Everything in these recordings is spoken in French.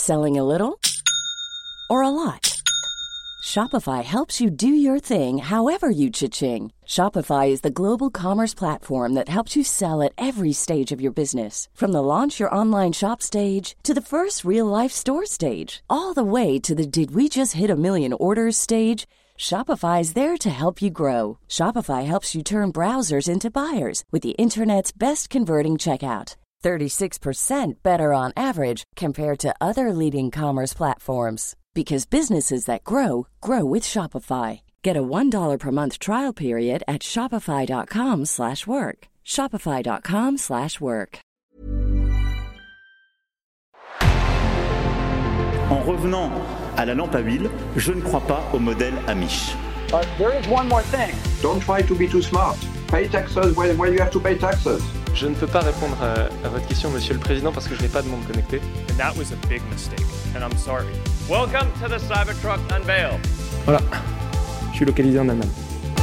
Selling a little or a lot? Shopify helps you do your thing however you cha-ching. Shopify is the global commerce platform that helps you sell at every stage of your business. From the launch your online shop stage to the first real-life store stage, all the way to the did we just hit a million orders stage. Shopify is there to help you grow. Shopify helps you turn browsers into buyers with the internet's best converting checkout. 36% better on average compared to other leading commerce platforms. Because businesses that grow, grow with Shopify. Get a $1 per month trial period at shopify.com/work. Shopify.com/work. En revenant à la lampe à huile, je ne crois pas au modèle Amish. There is one more thing. Don't try to be too smart. Pay taxes when you have to pay taxes. Je ne peux pas répondre à votre question, Monsieur le Président, parce que je n'ai pas de monde connecté. And that was a big mistake, and I'm sorry. Welcome to the Cybertruck Unveiled. Voilà, je suis localisé en Allemagne.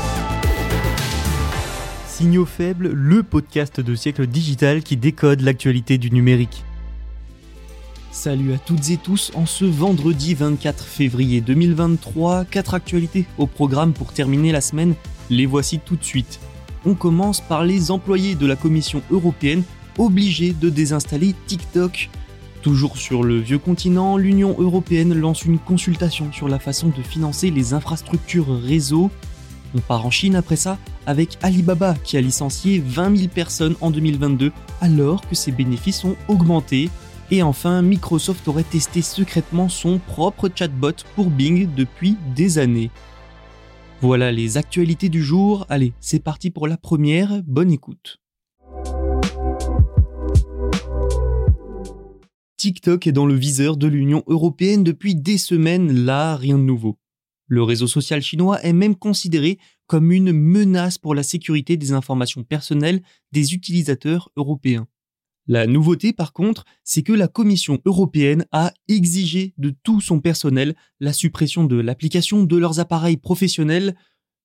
Signaux faibles, le podcast de Siècle Digital qui décode l'actualité du numérique. Salut à toutes et tous, en ce vendredi 24 février 2023, 4 actualités au programme pour terminer la semaine, les voici tout de suite. On commence par les employés de la Commission européenne obligés de désinstaller TikTok. Toujours sur le vieux continent, l'Union européenne lance une consultation sur la façon de financer les infrastructures réseau. On part en Chine après ça avec Alibaba qui a licencié 20 000 personnes en 2022 alors que ses bénéfices ont augmenté. Et enfin, Microsoft aurait testé secrètement son propre chatbot pour Bing depuis des années. Voilà les actualités du jour. Allez, c'est parti pour la première. Bonne écoute. TikTok est dans le viseur de l'Union européenne depuis des semaines, là, rien de nouveau. Le réseau social chinois est même considéré comme une menace pour la sécurité des informations personnelles des utilisateurs européens. La nouveauté, par contre, c'est que la Commission européenne a exigé de tout son personnel la suppression de l'application de leurs appareils professionnels. Pourquoi ?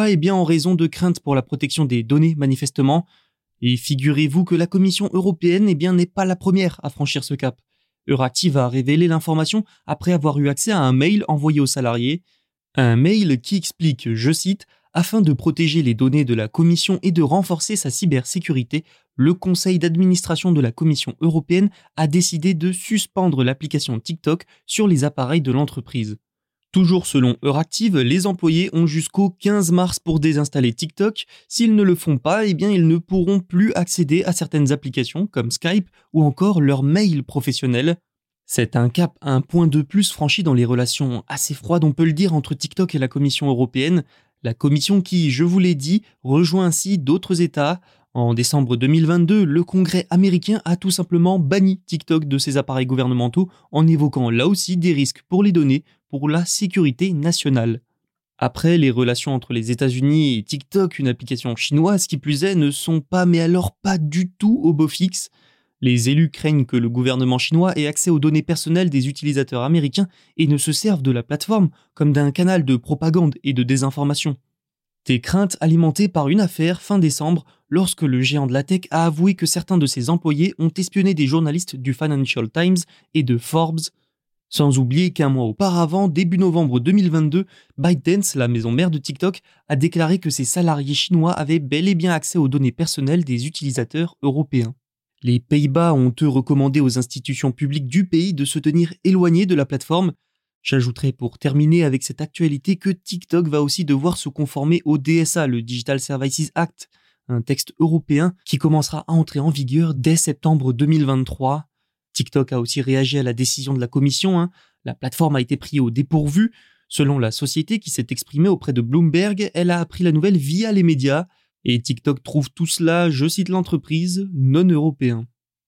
Eh bien, en raison de craintes pour la protection des données, manifestement. Et figurez-vous que la Commission européenne, n'est pas la première à franchir ce cap. Euractiv a révélé l'information après avoir eu accès à un mail envoyé aux salariés. Un mail qui explique, je cite, « Afin de protéger les données de la Commission et de renforcer sa cybersécurité, le Conseil d'administration de la Commission européenne a décidé de suspendre l'application TikTok sur les appareils de l'entreprise. » Toujours selon Euractiv, les employés ont jusqu'au 15 mars pour désinstaller TikTok. S'ils ne le font pas, ils ne pourront plus accéder à certaines applications comme Skype ou encore leur mail professionnel. C'est un cap, un point de plus franchi dans les relations assez froides, on peut le dire, entre TikTok et la Commission européenne. La Commission qui, je vous l'ai dit, rejoint ainsi d'autres États. En décembre 2022, le Congrès américain a tout simplement banni TikTok de ses appareils gouvernementaux en évoquant là aussi des risques pour les données, pour la sécurité nationale. Après, les relations entre les États-Unis et TikTok, une application chinoise qui plus est, ne sont pas du tout au beau fixe. Les élus craignent que le gouvernement chinois ait accès aux données personnelles des utilisateurs américains et ne se serve de la plateforme comme d'un canal de propagande et de désinformation. Des craintes alimentées par une affaire fin décembre lorsque le géant de la tech a avoué que certains de ses employés ont espionné des journalistes du Financial Times et de Forbes. Sans oublier qu'un mois auparavant, début novembre 2022, ByteDance, la maison mère de TikTok, a déclaré que ses salariés chinois avaient bel et bien accès aux données personnelles des utilisateurs européens. Les Pays-Bas ont eux recommandé aux institutions publiques du pays de se tenir éloignées de la plateforme. J'ajouterai pour terminer avec cette actualité que TikTok va aussi devoir se conformer au DSA, le Digital Services Act, un texte européen qui commencera à entrer en vigueur dès septembre 2023. TikTok a aussi réagi à la décision de la Commission. La plateforme a été prise au dépourvu. Selon la société qui s'est exprimée auprès de Bloomberg, elle a appris la nouvelle via les médias. Et TikTok trouve tout cela, je cite l'entreprise, non européen.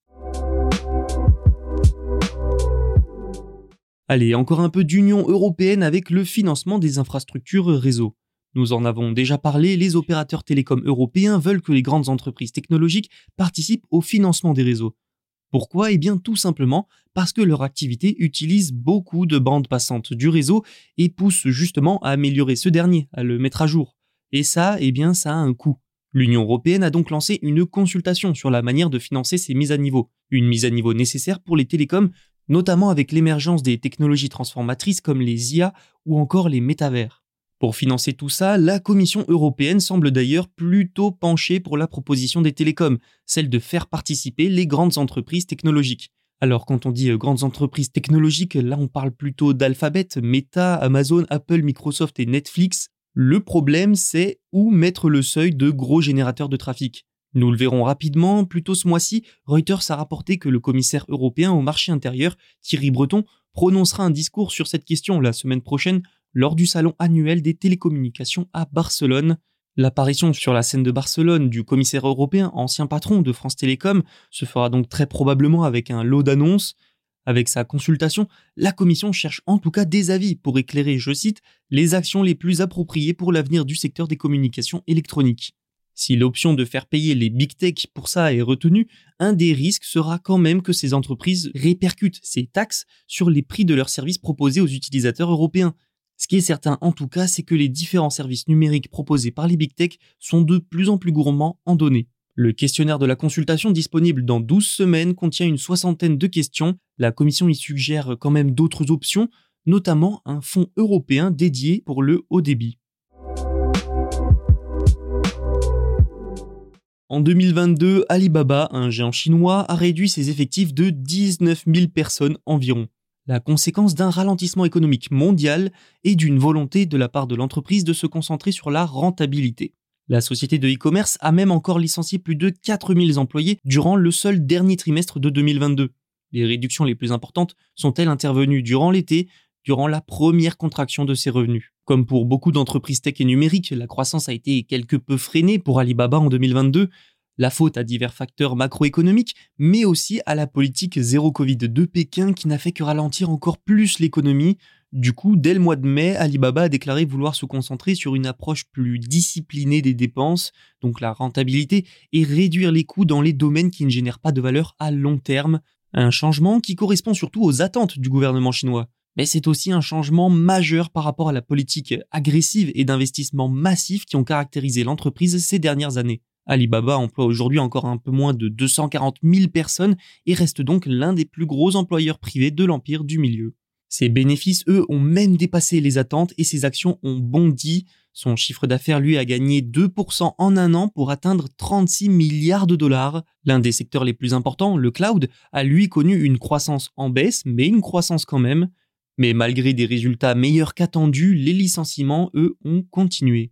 Allez, encore un peu d'Union européenne avec le financement des infrastructures réseau. Nous en avons déjà parlé, les opérateurs télécoms européens veulent que les grandes entreprises technologiques participent au financement des réseaux. Pourquoi ? Tout simplement parce que leur activité utilise beaucoup de bandes passantes du réseau et pousse justement à améliorer ce dernier, à le mettre à jour. Et ça, ça a un coût. L'Union européenne a donc lancé une consultation sur la manière de financer ces mises à niveau. Une mise à niveau nécessaire pour les télécoms, notamment avec l'émergence des technologies transformatrices comme les IA ou encore les métavers. Pour financer tout ça, la Commission européenne semble d'ailleurs plutôt pencher pour la proposition des télécoms, celle de faire participer les grandes entreprises technologiques. Alors quand on dit grandes entreprises technologiques, là on parle plutôt d'Alphabet, Meta, Amazon, Apple, Microsoft et Netflix. Le problème c'est où mettre le seuil de gros générateurs de trafic. Nous le verrons rapidement, plus tôt ce mois-ci, Reuters a rapporté que le commissaire européen au marché intérieur, Thierry Breton, prononcera un discours sur cette question la semaine prochaine lors du salon annuel des télécommunications à Barcelone. L'apparition sur la scène de Barcelone du commissaire européen, ancien patron de France Télécom, se fera donc très probablement avec un lot d'annonces. Avec sa consultation, la Commission cherche en tout cas des avis pour éclairer, je cite, les actions les plus appropriées pour l'avenir du secteur des communications électroniques. Si l'option de faire payer les big tech pour ça est retenue, un des risques sera quand même que ces entreprises répercutent ces taxes sur les prix de leurs services proposés aux utilisateurs européens. Ce qui est certain en tout cas, c'est que les différents services numériques proposés par les big tech sont de plus en plus gourmands en données. Le questionnaire de la consultation disponible dans 12 semaines contient une 60aine de questions. La Commission y suggère quand même d'autres options, notamment un fonds européen dédié pour le haut débit. En 2022, Alibaba, un géant chinois, a réduit ses effectifs de 19 000 personnes environ. La conséquence d'un ralentissement économique mondial et d'une volonté de la part de l'entreprise de se concentrer sur la rentabilité. La société de e-commerce a même encore licencié plus de 4000 employés durant le seul dernier trimestre de 2022. Les réductions les plus importantes sont-elles intervenues durant l'été, durant la première contraction de ses revenus. Comme pour beaucoup d'entreprises tech et numériques, la croissance a été quelque peu freinée pour Alibaba en 2022, la faute à divers facteurs macroéconomiques, mais aussi à la politique zéro Covid de Pékin qui n'a fait que ralentir encore plus l'économie. Du coup, dès le mois de mai, Alibaba a déclaré vouloir se concentrer sur une approche plus disciplinée des dépenses, donc la rentabilité, et réduire les coûts dans les domaines qui ne génèrent pas de valeur à long terme. Un changement qui correspond surtout aux attentes du gouvernement chinois. Mais c'est aussi un changement majeur par rapport à la politique agressive et d'investissement massif qui ont caractérisé l'entreprise ces dernières années. Alibaba emploie aujourd'hui encore un peu moins de 240 000 personnes et reste donc l'un des plus gros employeurs privés de l'empire du milieu. Ses bénéfices, eux, ont même dépassé les attentes et ses actions ont bondi. Son chiffre d'affaires, lui, a gagné 2% en un an pour atteindre 36 milliards de dollars. L'un des secteurs les plus importants, le cloud, a lui connu une croissance en baisse, mais une croissance quand même. Mais malgré des résultats meilleurs qu'attendus, les licenciements, eux, ont continué.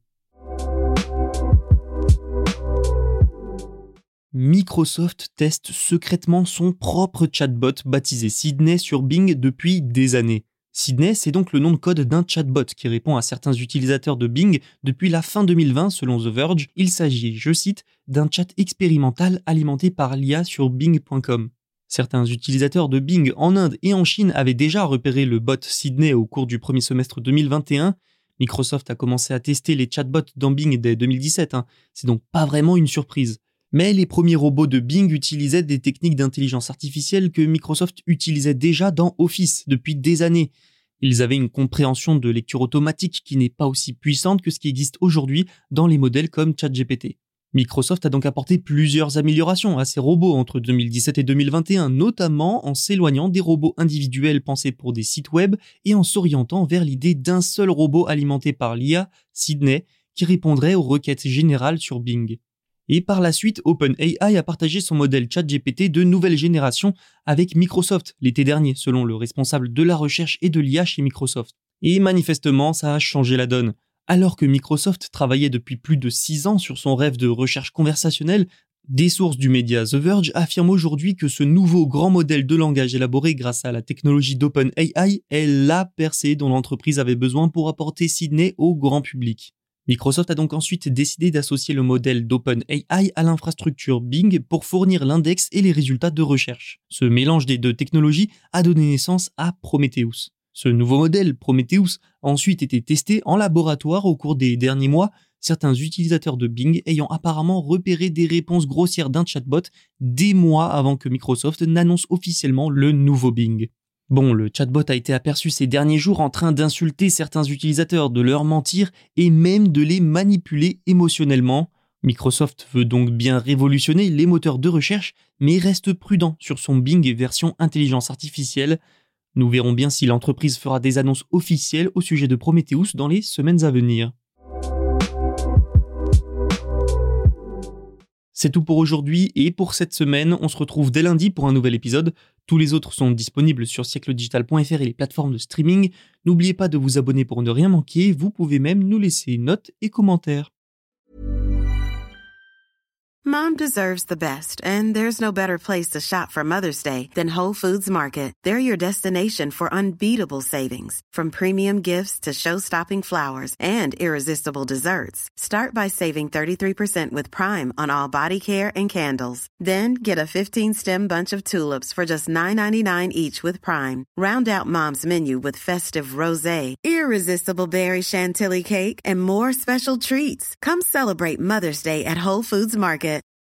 Microsoft teste secrètement son propre chatbot baptisé Sydney sur Bing depuis des années. Sydney, c'est donc le nom de code d'un chatbot qui répond à certains utilisateurs de Bing depuis la fin 2020 selon The Verge. Il s'agit, je cite, d'un chat expérimental alimenté par l'IA sur Bing.com. Certains utilisateurs de Bing en Inde et en Chine avaient déjà repéré le bot Sydney au cours du premier semestre 2021. Microsoft a commencé à tester les chatbots dans Bing dès 2017, c'est donc pas vraiment une surprise. Mais les premiers robots de Bing utilisaient des techniques d'intelligence artificielle que Microsoft utilisait déjà dans Office depuis des années. Ils avaient une compréhension de lecture automatique qui n'est pas aussi puissante que ce qui existe aujourd'hui dans les modèles comme ChatGPT. Microsoft a donc apporté plusieurs améliorations à ces robots entre 2017 et 2021, notamment en s'éloignant des robots individuels pensés pour des sites web et en s'orientant vers l'idée d'un seul robot alimenté par l'IA, Sydney, qui répondrait aux requêtes générales sur Bing. Et par la suite, OpenAI a partagé son modèle ChatGPT de nouvelle génération avec Microsoft l'été dernier, selon le responsable de la recherche et de l'IA chez Microsoft. Et manifestement, ça a changé la donne. Alors que Microsoft travaillait depuis plus de 6 ans sur son rêve de recherche conversationnelle, des sources du média The Verge affirment aujourd'hui que ce nouveau grand modèle de langage élaboré grâce à la technologie d'OpenAI est la percée dont l'entreprise avait besoin pour apporter Sydney au grand public. Microsoft a donc ensuite décidé d'associer le modèle d'OpenAI à l'infrastructure Bing pour fournir l'index et les résultats de recherche. Ce mélange des deux technologies a donné naissance à Prometheus. Ce nouveau modèle, Prometheus, a ensuite été testé en laboratoire au cours des derniers mois, certains utilisateurs de Bing ayant apparemment repéré des réponses grossières d'un chatbot des mois avant que Microsoft n'annonce officiellement le nouveau Bing. Bon, le chatbot a été aperçu ces derniers jours en train d'insulter certains utilisateurs, de leur mentir et même de les manipuler émotionnellement. Microsoft veut donc bien révolutionner les moteurs de recherche, mais reste prudent sur son Bing version intelligence artificielle. Nous verrons bien si l'entreprise fera des annonces officielles au sujet de Prometheus dans les semaines à venir. C'est tout pour aujourd'hui et pour cette semaine, on se retrouve dès lundi pour un nouvel épisode. Tous les autres sont disponibles sur siècledigital.fr et les plateformes de streaming. N'oubliez pas de vous abonner pour ne rien manquer, vous pouvez même nous laisser notes et commentaires. Mom deserves the best, and there's no better place to shop for Mother's Day than Whole Foods Market. They're your destination for unbeatable savings, from premium gifts to show-stopping flowers and irresistible desserts. Start by saving 33% with Prime on all body care and candles. Then get a 15-stem bunch of tulips for just $9.99 each with Prime. Round out Mom's menu with festive rosé, irresistible berry chantilly cake, and more special treats. Come celebrate Mother's Day at Whole Foods Market.